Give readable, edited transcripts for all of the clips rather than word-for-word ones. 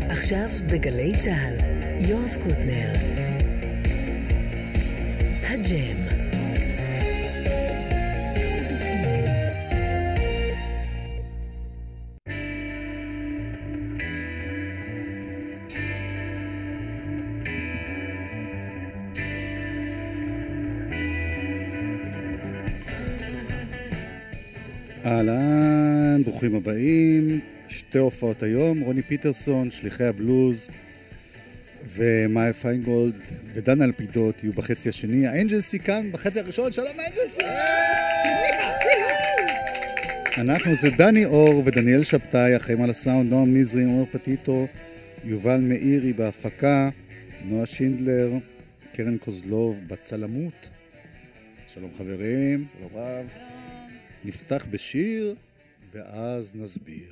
עכשיו בגלי צהל, יואב קוטנר. הג'ם. אהלן, ברוכים הבאים. שתי הופעות היום, רוני פיטרסון, שליחי הבלוז, ומאיה פיינגולד ודנה אלפידות יהיו בחצי השני. האנג'לסי כאן בחצי הראשון. שלום האנג'לסי! אנחנו זה דני אור ודניאל שבתאי, אחראים על הסאונד, נועם נזרי, עומר פטיטו, יובל מאירי בהפקה, נועה שינדלר, קרן קוזלוב בצלמות. שלום חברים. שלום רב. נפתח בשיר ואז נסביר.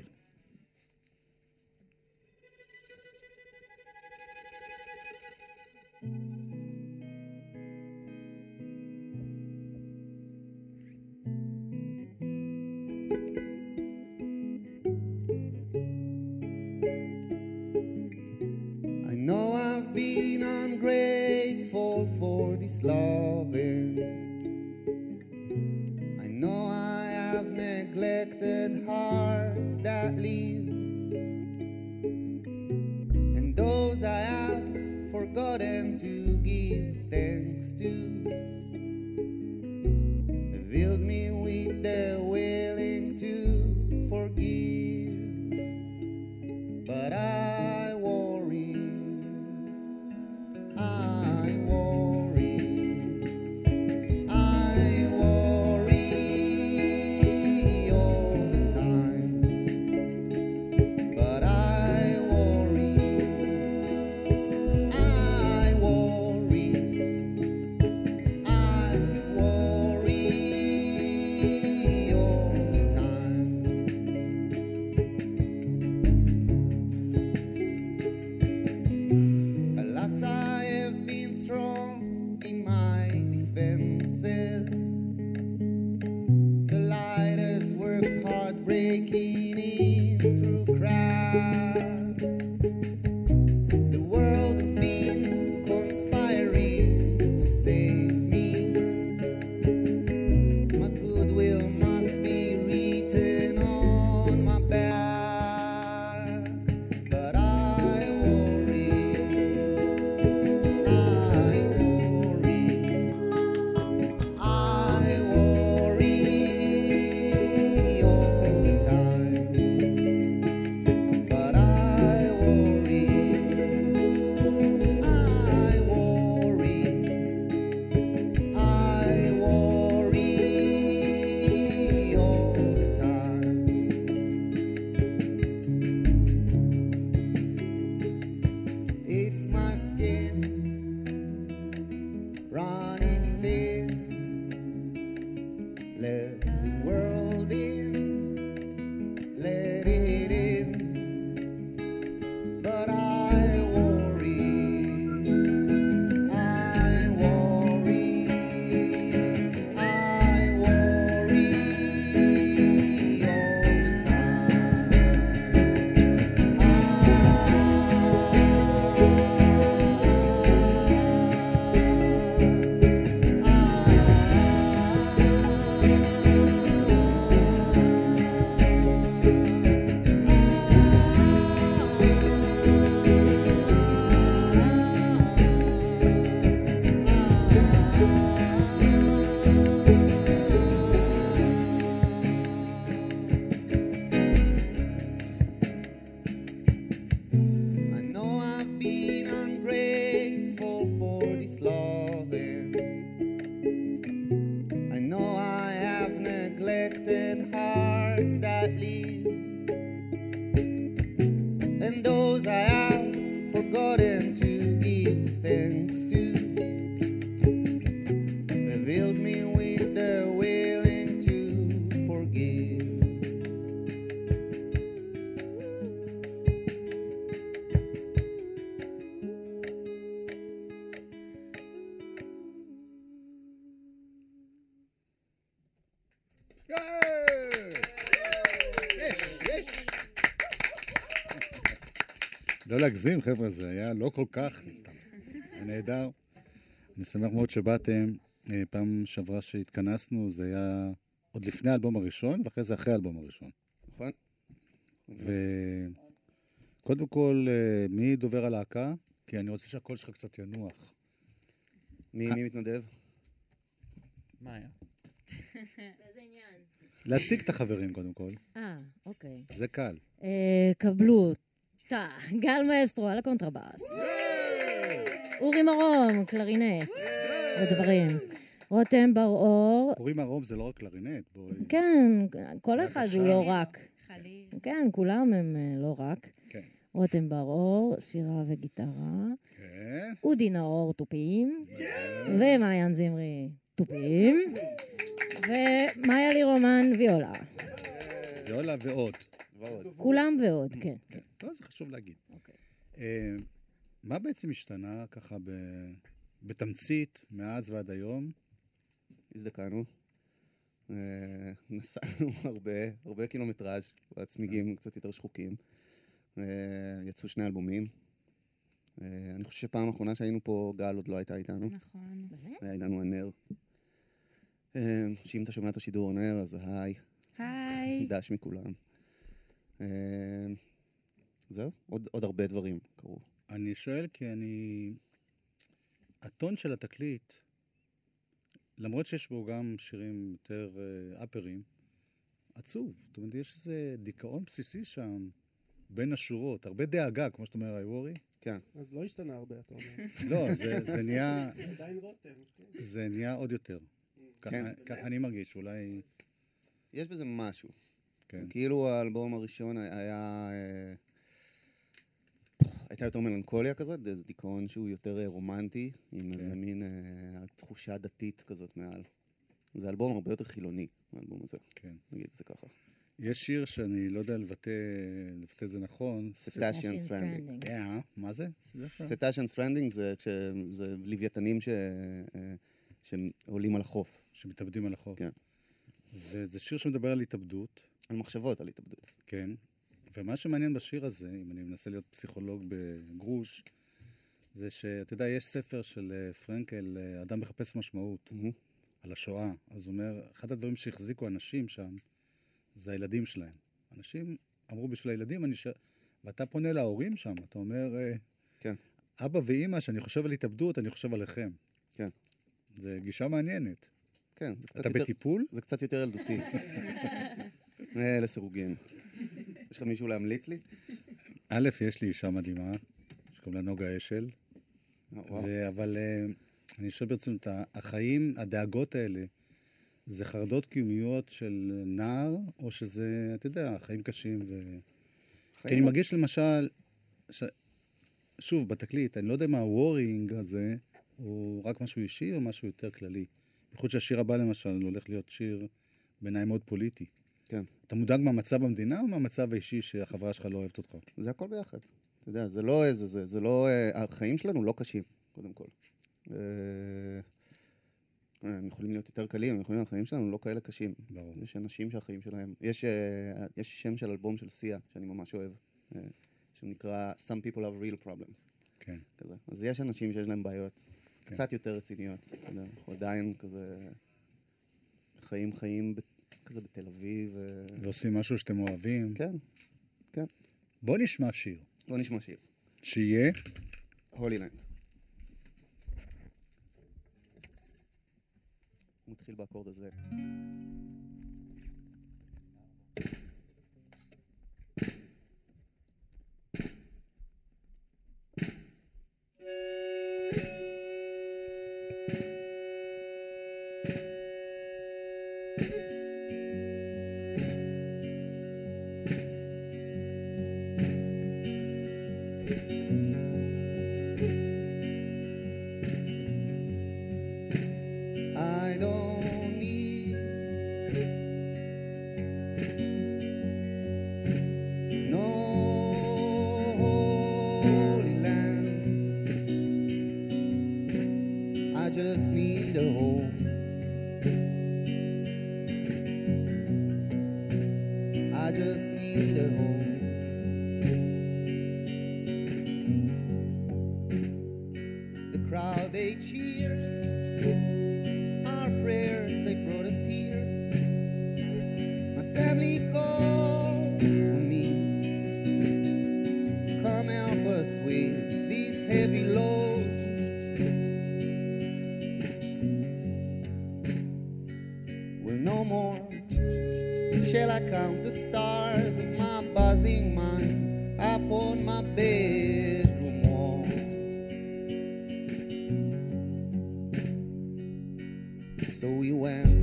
I know I've been ungrateful for this loving. I know I have neglected hearts that live, and those I have forgotten to give thanks to have filled me with the willing to forgive. But I worry all the time. But I worry all לא להגזים, חבר'ה, זה היה לא כל כך, סתם. היה נהדר. אני שמח מאוד שבאתם. פעם שעברה שהתכנסנו, זה היה עוד לפני האלבום הראשון, ואחרי זה אחרי האלבום הראשון. נכון? וקודם כל, מי דובר הלהקה? כי אני רוצה שהקול שלך קצת ינוח. מי מתנדב? מה היה? באיזה עניין? להציג את החברים קודם כל. אוקיי. זה קל. קבלו אותה, גל מאסטרו על הקונטרבאס. אורי מרום, קלרינט ודברים. רותם בר-אור. אורי מרום זה לא רק קלרינט, בואי. כן, כל אחד בבקשה. הוא לא רק. חליל. כן, כולם הם לא רק. כן. רותם בר-אור, שירה וגיטרה. כן. אודי נאור, תופים. ומעיין זמרי, תופים. ומאיה לירומן, ויולה. ויולה ועוד. כולם ועוד, כן. כן. לא, זה חשוב להגיד. אוקיי. מה בעצם השתנה ככה בתמצית מאז ועד היום? הזדקנו. נסענו הרבה קילומטראז' והצמיגים קצת יותר שחוקים. יצאו 2 אלבומים. אני חושב שפעם האחרונה שהיינו פה, גל עוד לא הייתה איתנו. נכון. היה איתנו הנר. שאם אתה שומע את השידור הנר, אז היי. היי. דש מכולם. זהו, עוד הרבה דברים קרו. אני שואל כי הטון של התקליט, למרות שיש בו גם שירים יותר אפרים, עצוב. זאת אומרת, יש איזה דיכאון בסיסי שם, בין השורות. הרבה דאגה, כמו שאתה אומר, איוורי. כן. אז לא השתנה הרבה, אתה אומר. לא, זה נהיה... עדיין רותם. זה נהיה עוד יותר. ככה אני מרגיש, אולי... יש בזה משהו. כן. כאילו האלבום הראשון הייתה יותר מלנכוליה כזאת, זה דיכאון שהוא יותר רומנטי, עם איזה מין תחושה דתית כזאת מעל. זה אלבום הרבה יותר חילוני, האלבום הזה. כן. נגיד את זה ככה. יש שיר שאני לא יודע לבטא את זה נכון. סטאשיאן סטרנדינג. מה זה? סטאשיאן סטרנדינג זה לוויתנים שעולים על החוף. שמתאבדים על החוף. כן. וזה שיר שמדבר על התאבדות. על מחשבות על התאבדות. כן. ומה שמעניין בשיר הזה, אם אני מנסה להיות פסיכולוג בגרוש, זה שאתה יודע, יש ספר של פרנקל, אדם מחפש משמעות, על השואה. אז הוא אומר, אחד הדברים שהחזיקו אנשים שם, זה הילדים שלהם. אנשים אמרו בשביל הילדים, ואתה פונה להורים שם, אתה אומר, כן. אבא ואמא, שאני חושב על התאבדות, אני חושב עליכם. כן. זה גישה מעניינת. כן. אתה בטיפול? זה קצת יותר ילדותי. לסירוגין. יש לך מישהו להמליץ לי? א', יש לי אישה מדהימה, שקוראים לה נוגה אשל, אבל אני חושב ברצינות, החיים, הדאגות האלה, זה חרדות קיומיות של נער, או שזה, אתה יודע, חיים קשים כי אני מרגיש למשל, שוב, בתקליט, אני לא יודע מה הוורינג הזה, הוא רק משהו אישי או משהו יותר כללי. בייחוד שהשיר הבא למשל הולך להיות שיר בעיניי מאוד פוליטי. כן. אתה מודאג מהמצב במדינה או מהמצב האישי שהחברה שלך לא אוהבת אותך? זה הכל ביחד. אתה יודע, זה לא איזה, זה לא, החיים שלנו לא קשים, קודם כל. הם יכולים להיות יותר קלים, החיים שלנו לא כאלה קשים. ברור. יש אנשים שהחיים שלהם, יש שם של אלבום של סיה, שאני ממש אוהב, שנקרא Some People Have Real Problems. כן. כזה. אז יש אנשים שיש להם בעיות, קצת יותר רציניות. אתה יודע, אנחנו עדיין כזה, חיים כזה בתל אביב. ועושים משהו שאתם אוהבים. כן, כן. בוא נשמע שיר. בוא נשמע שיר. שיהיה? הולי לנד. הוא מתחיל באקורד הזה. I don't need no holy land. I just need a home. I just need a home. they cheer. Our prayers, they brought us here. My family calls for me. Come help us with this heavy load. Well, no more shall I count the stars of my buzzing mind upon my bedroom wall. So we went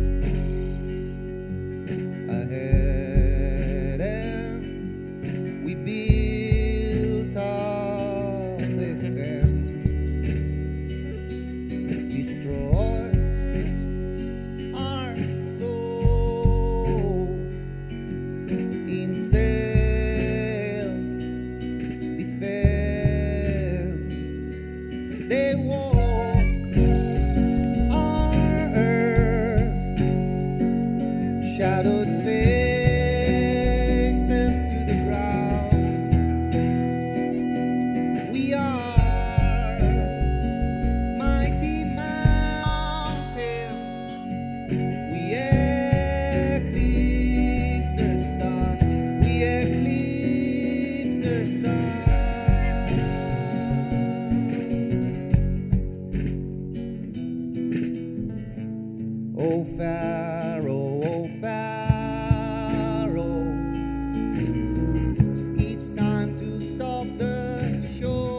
ahead and we built up a fence, destroyed our souls in self-defense. They walk our earth, shadowed faces to the ground. We are mighty mountains. We eclipse their sun. We eclipse their sun. Oh Pharaoh, it's time to stop the show.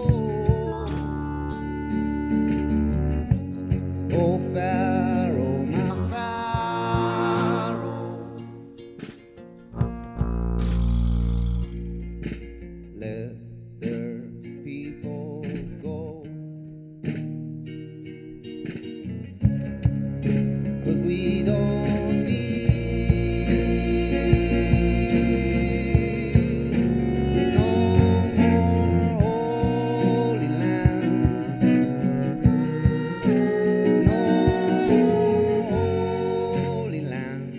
Oh Pharaoh, my Pharaoh, let their people go. 'Cause we don't need no more holy lands. No more holy lands.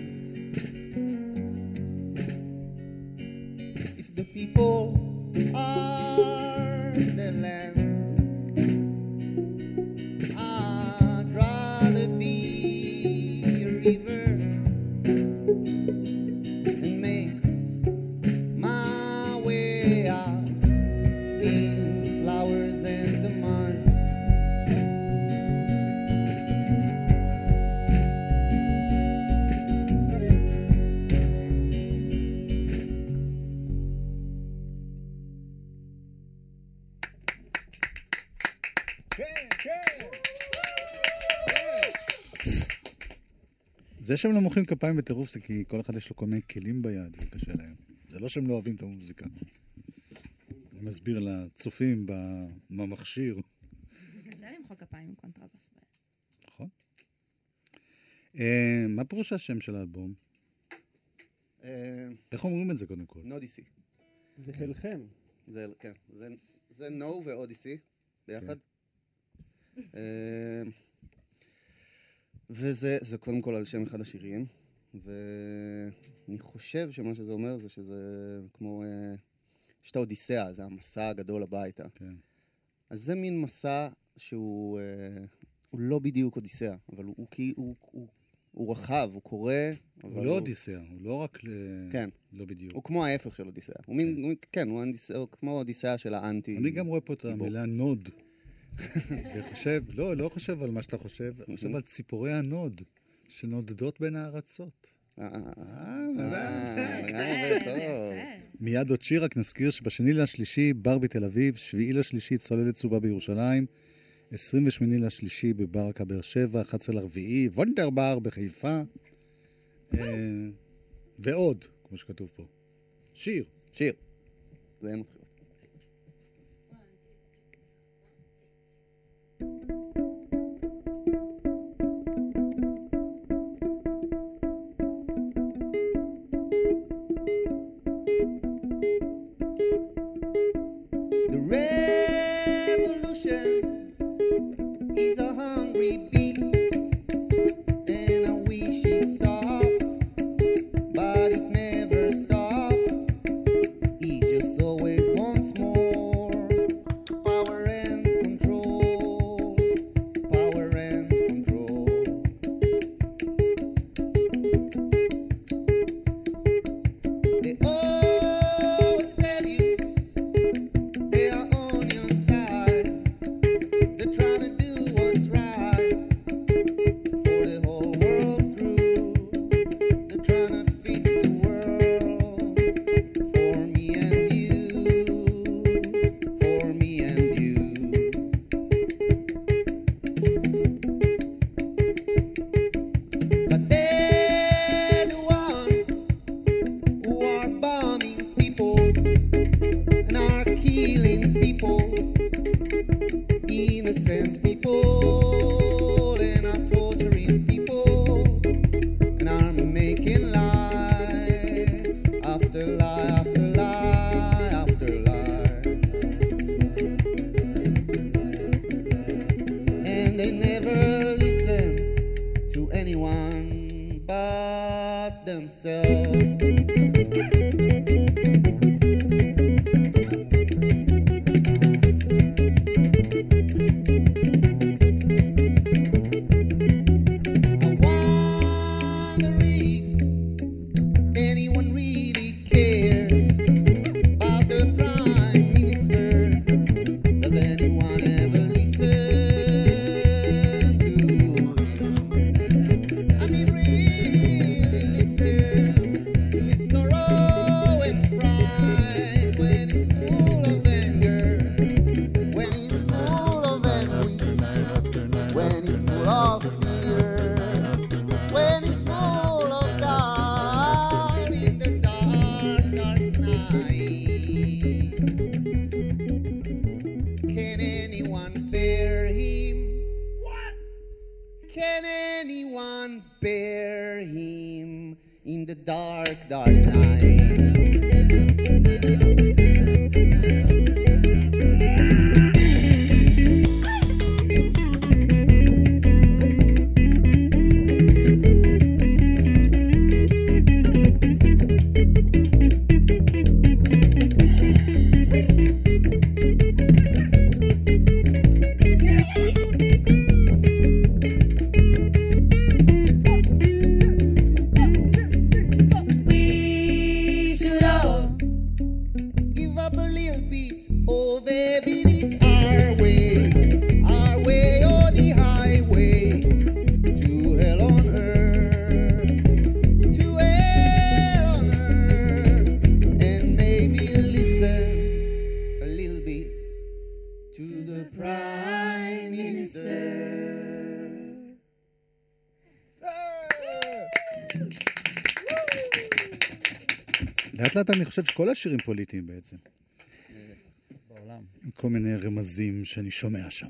If the people are the land, I'd rather be a river and make my way out in flowers and the mud. זה שהם לא מוחאים כפיים בטירוף זה כי כל אחד יש לו כל מיני כלים ביד וקשה להם. זה לא שהם לא אוהבים את המוזיקה. אני מסביר לצופים במכשיר. קשה למחוא כפיים עם קונטרבאס. נכון. מה פירוש השם של האלבום? איך אומרים את זה קודם כל? נודיסי. זה הלחם. כן, זה נו ואודיסי ביחד. וזה קודם כל על שם אחד השירים, ואני חושב שמה שזה אומר זה שזה כמו, יש את האודיסאה, זה המסע הגדול הביתה. כן. אז זה מין מסע שהוא לא בדיוק אודיסאה, אבל הוא רחב, הוא קורא. הוא לא אודיסאה, הוא לא רק כן. לא בדיוק. הוא כמו ההפך של אודיסאה. הוא מין, כן, הוא כמו אודיסאה של האנטי. אני גם רואה פה את המילה נוד. וחושב, לא חושב על מה שאתה חושב, חושב על ציפורי הנוד שנודדות בין הארצות. מיד עוד שיר, רק נזכיר שבשני לשלישי בר בתל אביב, 7/3 צוללת צהובה בירושלים, 28/3 בברקה באר שבע, 11/4 וונדרבר בחיפה, ועוד, כמו שכתוב פה. שיר. זה מתחיל. The revolution is a hungry beast, and I wish it stopped, but it never stops. It just always wants more power and control. לאט לאט אני חושב שכל השירים פוליטיים בעצם. בעולם. עם כל מיני רמזים שאני שומע שם.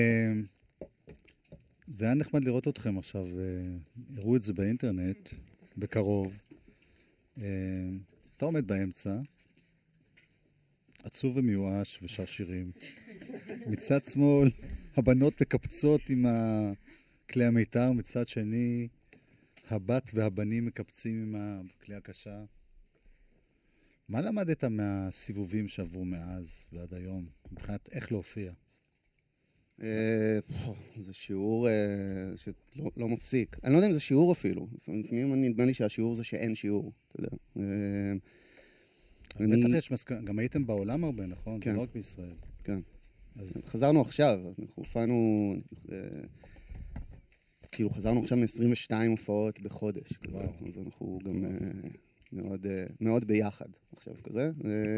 זה היה נחמד לראות אתכם עכשיו, הראו את זה באינטרנט, בקרוב. אתה עומד באמצע, עצוב ומיואש ושר שירים. מצד שמאל, הבנות מקפצות עם כלי המיתר, מצד שני, הבת והבנים מקפצים עם הכלי הקשה. מה למדת מהסיבובים שעברו מאז ועד היום, מבחינת איך להופיע? זה שיעור שלא מפסיק. אני לא יודע אם זה שיעור אפילו. לפעמים נדמה לי שהשיעור זה שאין שיעור, אתה יודע. בטח יש מסקנה, גם הייתם בעולם הרבה, נכון? כן. לא רק בישראל. כן. אז חזרנו עכשיו, אנחנו הופענו, כאילו חזרנו עכשיו מ-22 הופעות בחודש. אז אנחנו גם מאוד ביחד עכשיו כזה.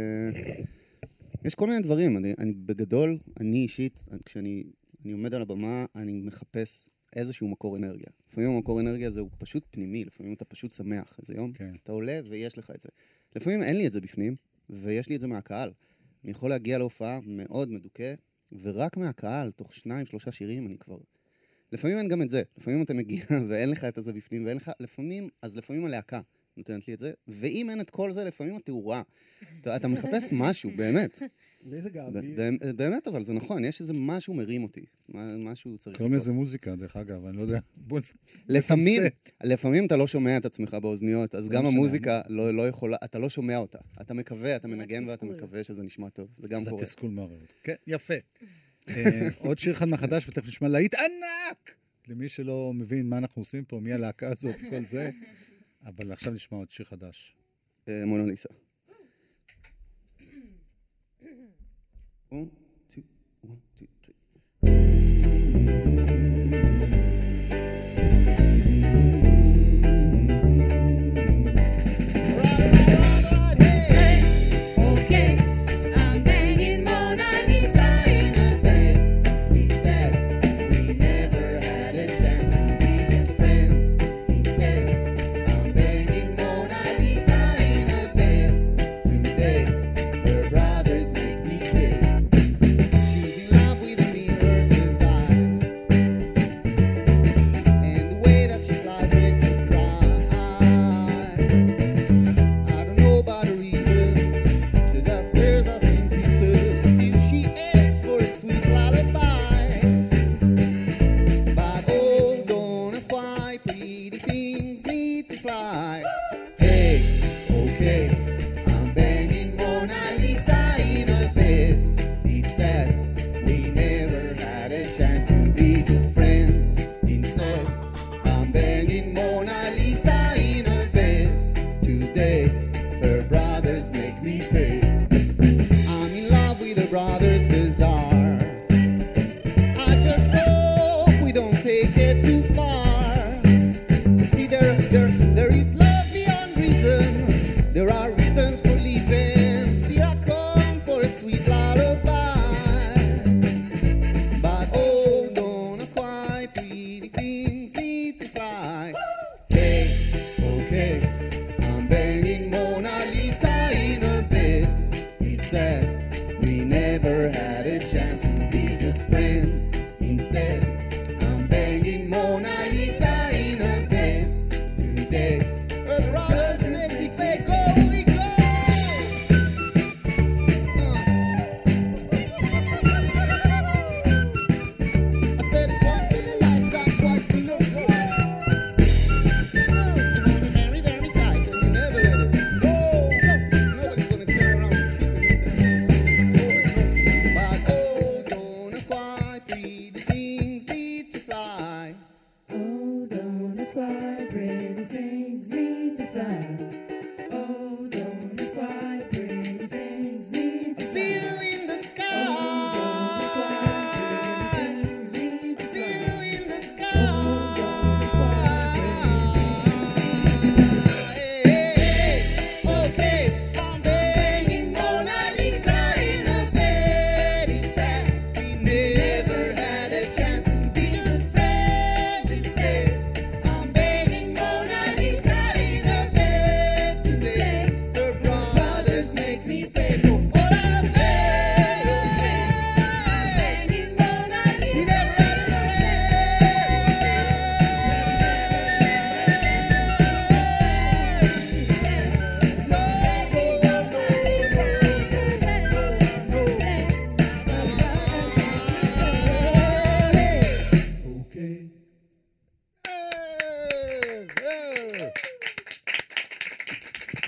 יש כל מיני דברים, אני בגדול, אני אישית, כשאני עומד על הבמה, אני מחפש איזשהו מקור אנרגיה. לפעמים המקור אנרגיה הזה הוא פשוט פנימי, לפעמים אתה פשוט שמח איזה יום, כן. אתה עולה ויש לך את זה. לפעמים אין לי את זה בפנים, ויש לי את זה מהקהל. אני יכול להגיע להופעה מאוד מדוכא, ורק מהקהל, תוך 2-3 שירים, אני כבר... לפעמים אין גם את זה. לפעמים אתה מגיע ואין לך את זה בפנים, ואין לך... לפעמים הלהקה נותנת לי את זה, ואם אין את כל זה, לפעמים התאורה. אתה מחפש משהו, באמת. מזג האוויר. באמת, אבל זה נכון, יש איזה משהו מרים אותי. משהו צריך... קוראים לזה מוזיקה, דרך אגב, אני לא יודע. לפעמים אתה לא שומע את עצמך באוזניות, אז גם המוזיקה לא יכולה, אתה לא שומע אותה. אתה מקווה, אתה מנגן ואתה מקווה שזה נשמע טוב. זה גם קורה. זה תסכול מערב. כן, יפה. עוד שיר אחד מחדש, ותכף נשמע להיט ענק! למי שלא מבין מה אנחנו עושים פה, מי הלהקה הזאת, כל זה. אבל עכשיו נשמע עוד שיר חדש. מונליסה. 1, 2, 1, 2, 3. With me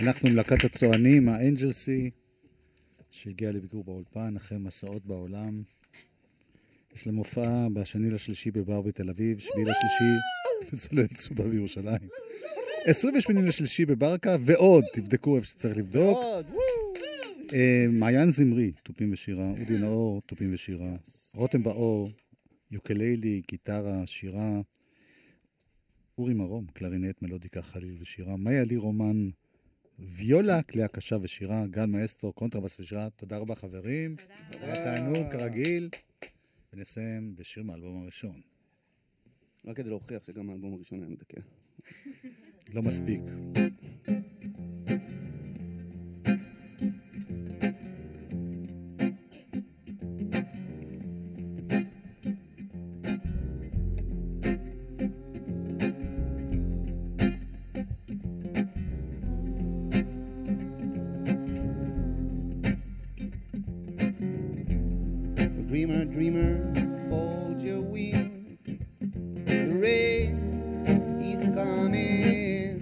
אנחנו מלהקת הצוענים, האנג'לסי, שהגיע לביקור באולפן אחרי מסעות בעולם. יש להם הופעה ב2/3 בבר בתל אביב, 7/3 בסולל צובה בירושלים, 28/3 בברקה, ועוד, תבדקו איפה שצריך לבדוק. מעיין זמרי, תופים ושירה, אודי נאור, תופים ושירה, רותם באור, יוקללי, גיטרה, שירה, אורי מרום, קלרינט, מלודיקה, חליל ושירה, מאיה לי רומן, ויולה, כלי הקשה ושירה, גל מאסטרו, קונטרבס ושירה. תודה רבה חברים. תודה. תענוג כרגיל. ונסיים בשיר מהאלבום הראשון. רק כדי להוכיח שגם האלבום הראשון היה מדכא. לא מספיק. Dreamer, dreamer, fold your wings. The rain is coming.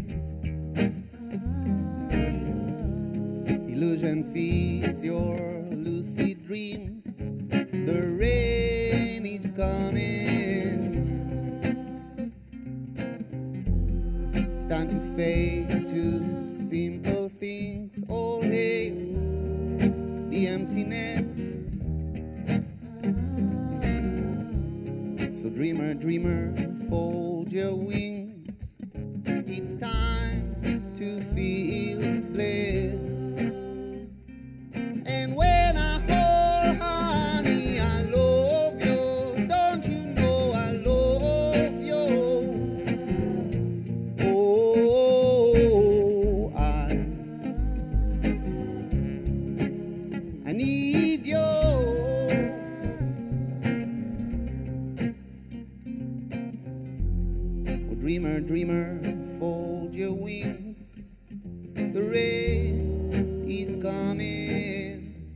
Illusion feeds your lucid dreams. The rain is coming. It's time to fade to simple things. All hail the emptiness. So dreamer, dreamer, fold your wings. It's time to feel bliss. And when I hold, honey, I love you. Don't you know I love you? Oh, I need you. Dreamer, dreamer, fold your wings. The rain is coming.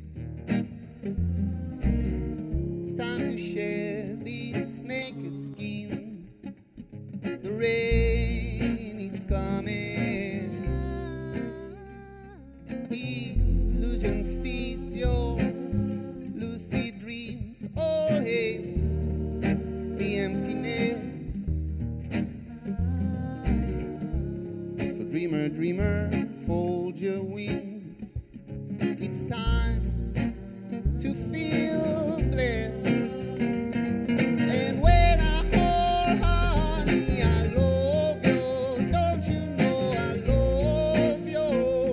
It's time to shed this naked skin. The rain is coming. Illusion feeds your lucid dreams. All hail the emptiness. Dreamer, dreamer, fold your wings. It's time to feel blessed. And when I hold, honey, I love you. Don't you know I love you?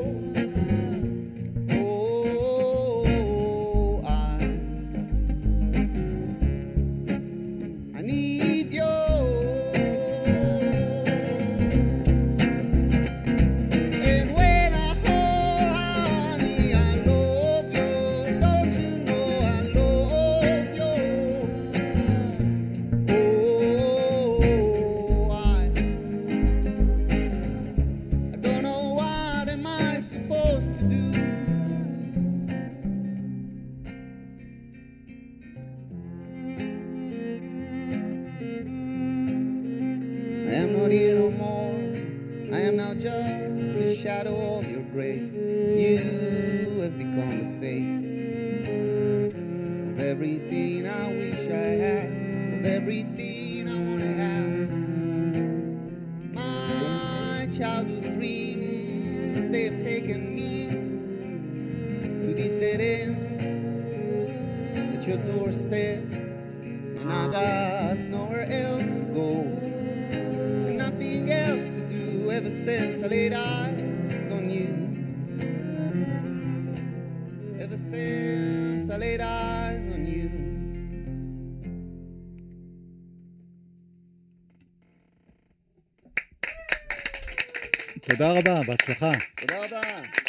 Oh, I need you. I am not here no more. I am now just a shadow of your grace. You have become the face of everything I wish I had, of everything I want to have. My childhood dreams, they have taken me to this dead end at your doorstep, and I got nowhere else to go. Nothing else to do ever since I laid eyes on you. Ever since I laid eyes on you. תודה רבה, בהצלחה. תודה רבה.